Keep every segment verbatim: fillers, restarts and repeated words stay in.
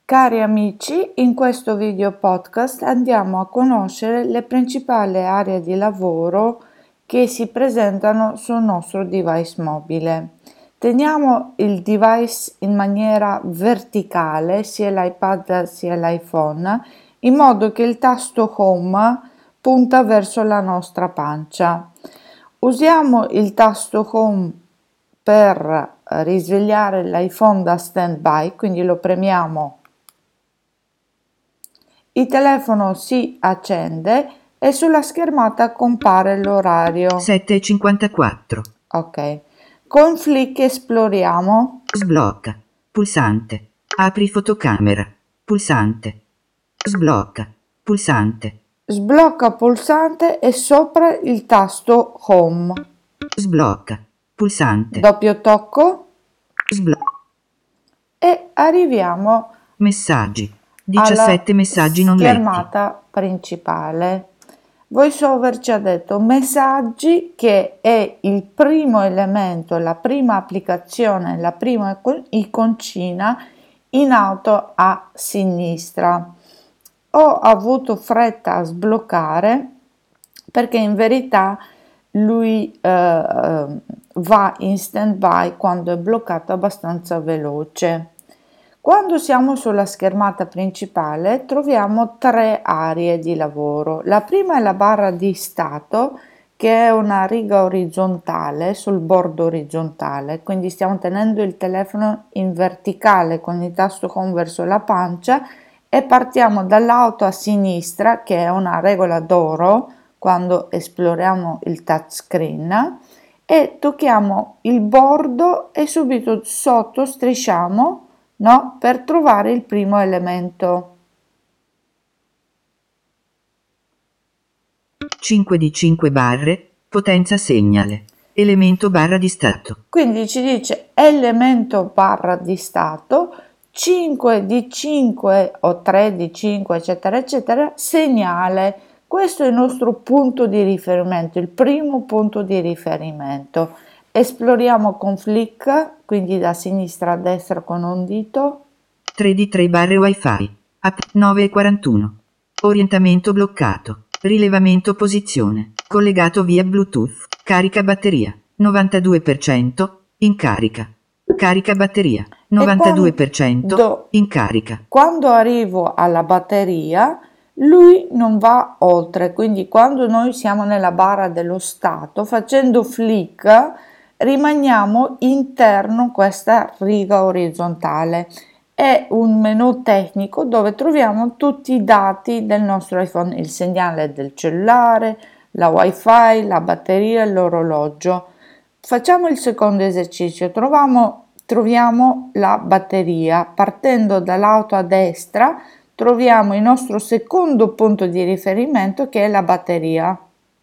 Cari amici, in questo video podcast andiamo a conoscere le principali aree di lavoro che si presentano sul nostro device mobile. Teniamo il device in maniera verticale, sia l'iPad sia l'iPhone, in modo che il tasto Home punta verso la nostra pancia. Usiamo il tasto Home per risvegliare l'iPhone da standby, quindi lo premiamo. Il telefono si accende e sulla schermata compare l'orario. sette e cinquantaquattro. Ok. Con flick esploriamo. Sblocca. Pulsante. Apri fotocamera. Pulsante. Sblocca. Pulsante. Sblocca pulsante e sopra il tasto Home. Sblocca. Pulsante. Doppio tocco. Sblocca. E arriviamo Messaggi. diciassette messaggi non letti. Schermata principale. VoiceOver ci ha detto messaggi, che è il primo elemento, la prima applicazione, la prima iconcina in alto a sinistra. Ho avuto fretta a sbloccare perché in verità lui eh, va in standby quando è bloccato abbastanza veloce. Quando siamo sulla schermata principale troviamo tre aree di lavoro. La prima è la barra di stato, che è una riga orizzontale sul bordo orizzontale, quindi stiamo tenendo il telefono in verticale con il tasto Home verso la pancia e partiamo dall'alto a sinistra, che è una regola d'oro quando esploriamo il touchscreen, e tocchiamo il bordo e subito sotto strisciamo, no, per trovare il primo elemento. cinque di cinque barre, potenza segnale, elemento barra di stato. Quindi ci dice elemento barra di stato, cinque di cinque o tre di cinque, eccetera, eccetera, segnale. Questo è il nostro punto di riferimento, il primo punto di riferimento. Esploriamo con flick, quindi da sinistra a destra con un dito. tre di tre barre wifi, app nove e quarantuno. Orientamento bloccato, rilevamento posizione, collegato via Bluetooth, carica batteria, novantadue per cento, in carica. Carica batteria, novantadue per cento, quando, in carica. Quando arrivo alla batteria, lui non va oltre, quindi quando noi siamo nella barra dello stato, facendo flick, rimaniamo interno questa riga orizzontale. È un menu tecnico dove troviamo tutti i dati del nostro iPhone, il segnale del cellulare, la wifi, la batteria e l'orologio. Facciamo il secondo esercizio, troviamo, troviamo la batteria. Partendo dall'alto a destra troviamo il nostro secondo punto di riferimento, che è la batteria.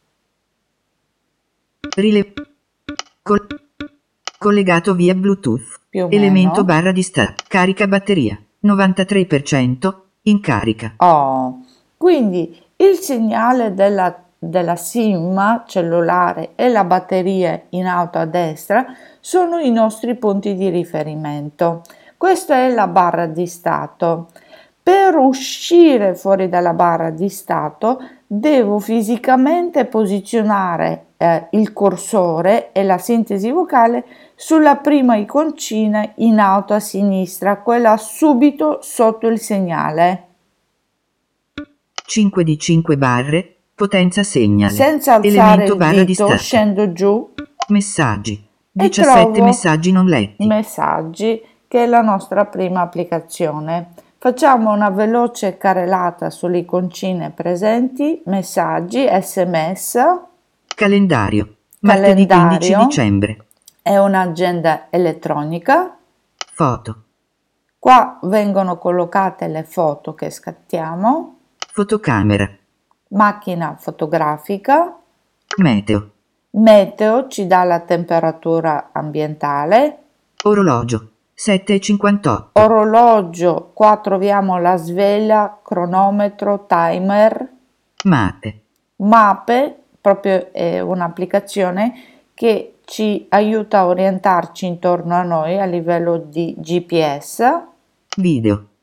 Rile- col- collegato via Bluetooth. Più o Elemento meno. barra di stato. Carica batteria, novantatré per cento, in carica. Oh, quindi il segnale della, della SIM cellulare e la batteria in alto a destra sono i nostri punti di riferimento. Questa è la barra di stato. Per uscire fuori dalla barra di stato devo fisicamente posizionare eh, il cursore e la sintesi vocale sulla prima iconcina in alto a sinistra, quella subito sotto il segnale. cinque di cinque barre, potenza segnale. Senza alzare elemento il barra di dito stato. scendo giù Messaggi. e diciassette trovo messaggi non letti. messaggi, che è la nostra prima applicazione. Facciamo una veloce carrellata sulle iconcine presenti, messaggi, sms, Calendario. Martedì quindici calendario, dicembre. è un'agenda elettronica. Foto. Qua vengono collocate le foto che scattiamo. Fotocamera. Macchina fotografica. Meteo. Meteo ci dà la temperatura ambientale. Orologio. sette e cinquantotto. Orologio, qua troviamo la sveglia, cronometro, timer. Mappe. Mappe, proprio è un'applicazione che ci aiuta a orientarci intorno a noi a livello di G P S. Video.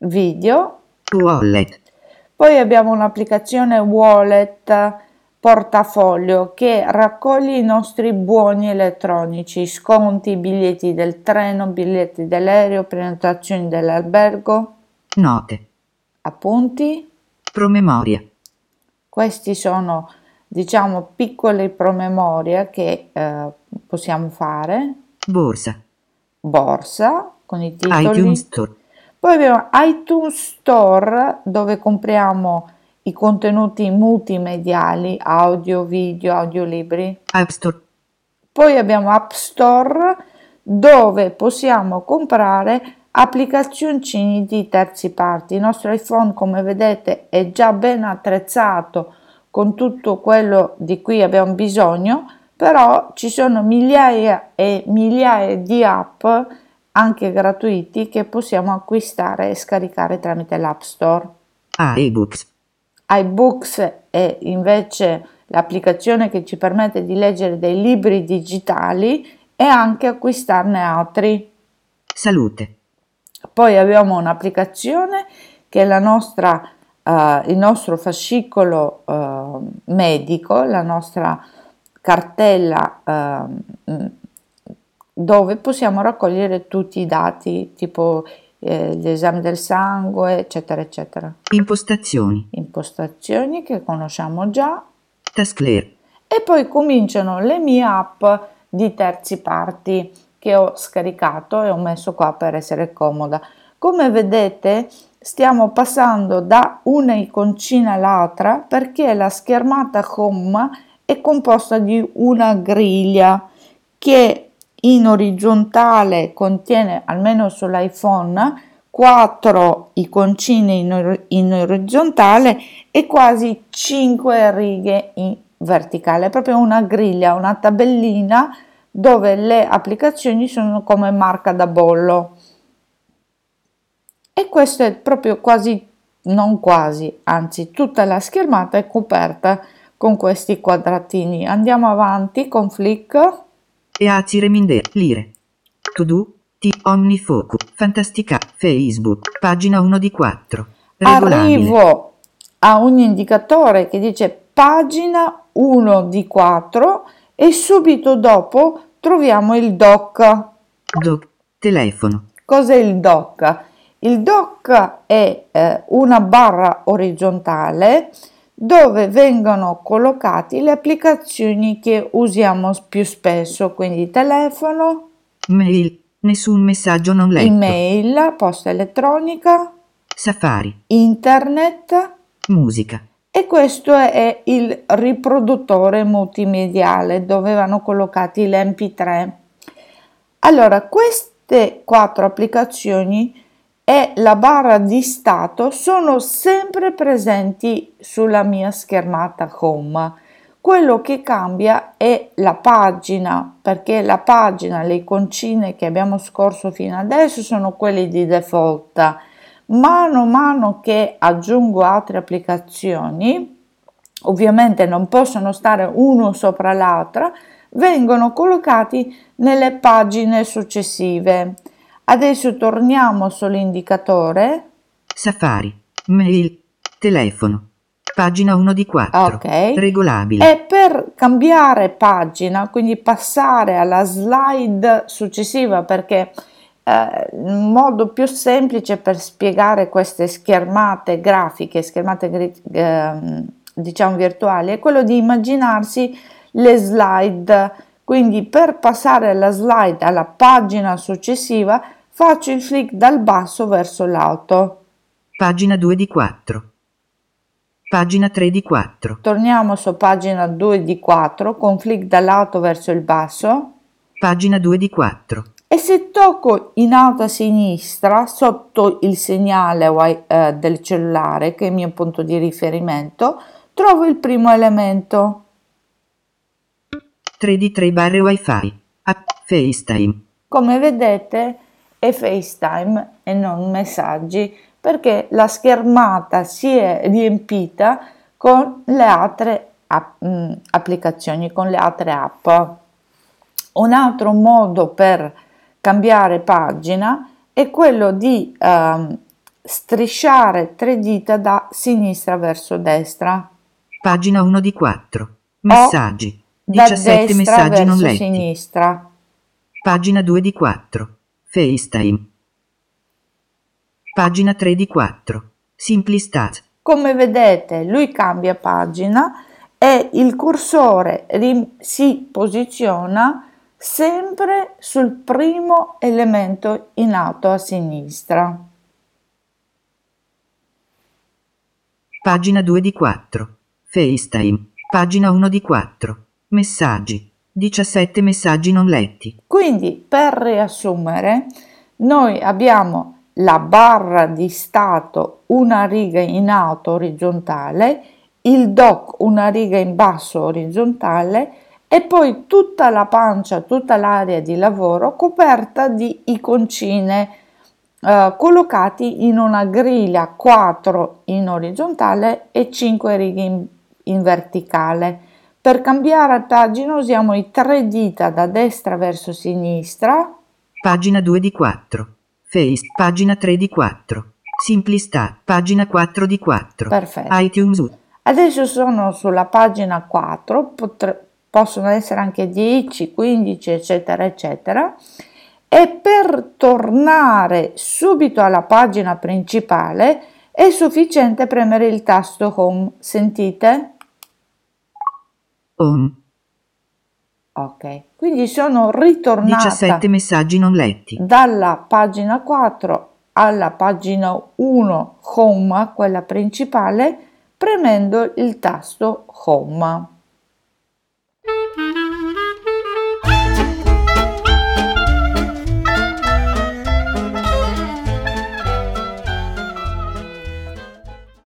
video. Wallet. Poi abbiamo un'applicazione wallet portafoglio che raccoglie i nostri buoni elettronici, sconti, biglietti del treno, biglietti dell'aereo, prenotazioni dell'albergo, Note. appunti. Promemoria. Questi sono, diciamo, piccole promemoria che eh, possiamo fare. Borsa. Borsa con i iTunes titoli. Store. Poi abbiamo iTunes Store dove compriamo i contenuti multimediali, audio, video, audiolibri. App Store. Poi abbiamo App Store dove possiamo comprare applicazioncini di terzi parti. Il nostro iPhone, come vedete, è già ben attrezzato con tutto quello di cui abbiamo bisogno, però ci sono migliaia e migliaia di app anche gratuiti che possiamo acquistare e scaricare tramite l'App Store. Ah, eBooks. iBooks è invece l'applicazione che ci permette di leggere dei libri digitali e anche acquistarne altri. Salute. Poi abbiamo un'applicazione che è la nostra, eh, il nostro fascicolo eh, medico, la nostra cartella eh, dove possiamo raccogliere tutti i dati, tipo eh, gli esami del sangue, eccetera, eccetera. Impostazioni. Impostazioni che conosciamo già. Taskleer. E poi cominciano le mie app di terzi parti che ho scaricato e ho messo qua per essere comoda. Come vedete stiamo passando da una iconcina all'altra perché la schermata Home è composta di una griglia che in orizzontale contiene, almeno sull'iPhone, quattro iconcine in, in orizzontale e quasi cinque righe in verticale, proprio una griglia, una tabellina dove le applicazioni sono come marca da bollo. E questo è proprio quasi, non quasi, anzi tutta la schermata è coperta con questi quadratini. Andiamo avanti con Flick. Eazi Reminder. Lire. To Do. T. Omnifocus. Fantastica. Facebook. Pagina uno di quattro. Regolabile. Arrivo a un indicatore che dice pagina uno di quattro e subito dopo troviamo il dock. Dock. Telefono. Cos'è il dock? Il dock è eh, una barra orizzontale dove vengono collocate le applicazioni che usiamo più spesso, quindi telefono, Mail. Nessun messaggio non letto. email, posta elettronica, Safari. internet. Musica. E questo è il riproduttore multimediale dove vanno collocati le M P tre. Allora, queste quattro applicazioni e la barra di stato sono sempre presenti sulla mia schermata Home. Quello che cambia è la pagina, perché la pagina, le iconcine che abbiamo scorso fino adesso sono quelle di default. Mano a mano che aggiungo altre applicazioni, ovviamente non possono stare uno sopra l'altra, vengono collocati nelle pagine successive. Adesso torniamo sull'indicatore. Safari. Mail. Telefono. Pagina uno di quattro. Ok. Regolabile. E per cambiare pagina, quindi passare alla slide successiva, perché eh, il modo più semplice per spiegare queste schermate grafiche, schermate eh, diciamo virtuali, è quello di immaginarsi le slide. Quindi per passare alla slide, alla pagina successiva, faccio il flick dal basso verso l'alto. Pagina due di quattro. Pagina tre di quattro. Torniamo su pagina due di quattro con flick dall'alto verso il basso. Pagina due di quattro. E se tocco in alto a sinistra, sotto il segnale eh, del cellulare, che è il mio punto di riferimento, trovo il primo elemento. tre di tre barre Wi-Fi. App FaceTime. Come vedete è FaceTime e non messaggi, perché la schermata si è riempita con le altre app, mh, applicazioni, con le altre app. Un altro modo per cambiare pagina è quello di ehm, strisciare tre dita da sinistra verso destra. Pagina uno di quattro. Messaggi. Da diciassette destra messaggi non verso letti. sinistra. Pagina due di quattro. FaceTime. Pagina tre di quattro. Simplistat. Come vedete, lui cambia pagina e il cursore rim- si posiziona sempre sul primo elemento in alto a sinistra. Pagina due di quattro. FaceTime. Pagina uno di quattro. Messaggi. diciassette messaggi non letti. Quindi, per riassumere, noi abbiamo la barra di stato una riga in alto orizzontale, il dock una riga in basso orizzontale e poi tutta la pancia, tutta l'area di lavoro coperta di iconcine eh, collocati in una griglia quattro in orizzontale e cinque righe in, in verticale. Per cambiare pagina usiamo i tre dita da destra verso sinistra. Pagina due di quattro. Face. Pagina tre di quattro. Simplistat. Pagina quattro di quattro. Perfetto. iTunes. Adesso sono sulla pagina quattro, potre, possono essere anche dieci, quindici, eccetera, eccetera. E per tornare subito alla pagina principale è sufficiente premere il tasto Home. Sentite? Home. Ok, quindi sono ritornata diciassette messaggi non letti. dalla pagina quattro alla pagina uno Home, quella principale, premendo il tasto Home.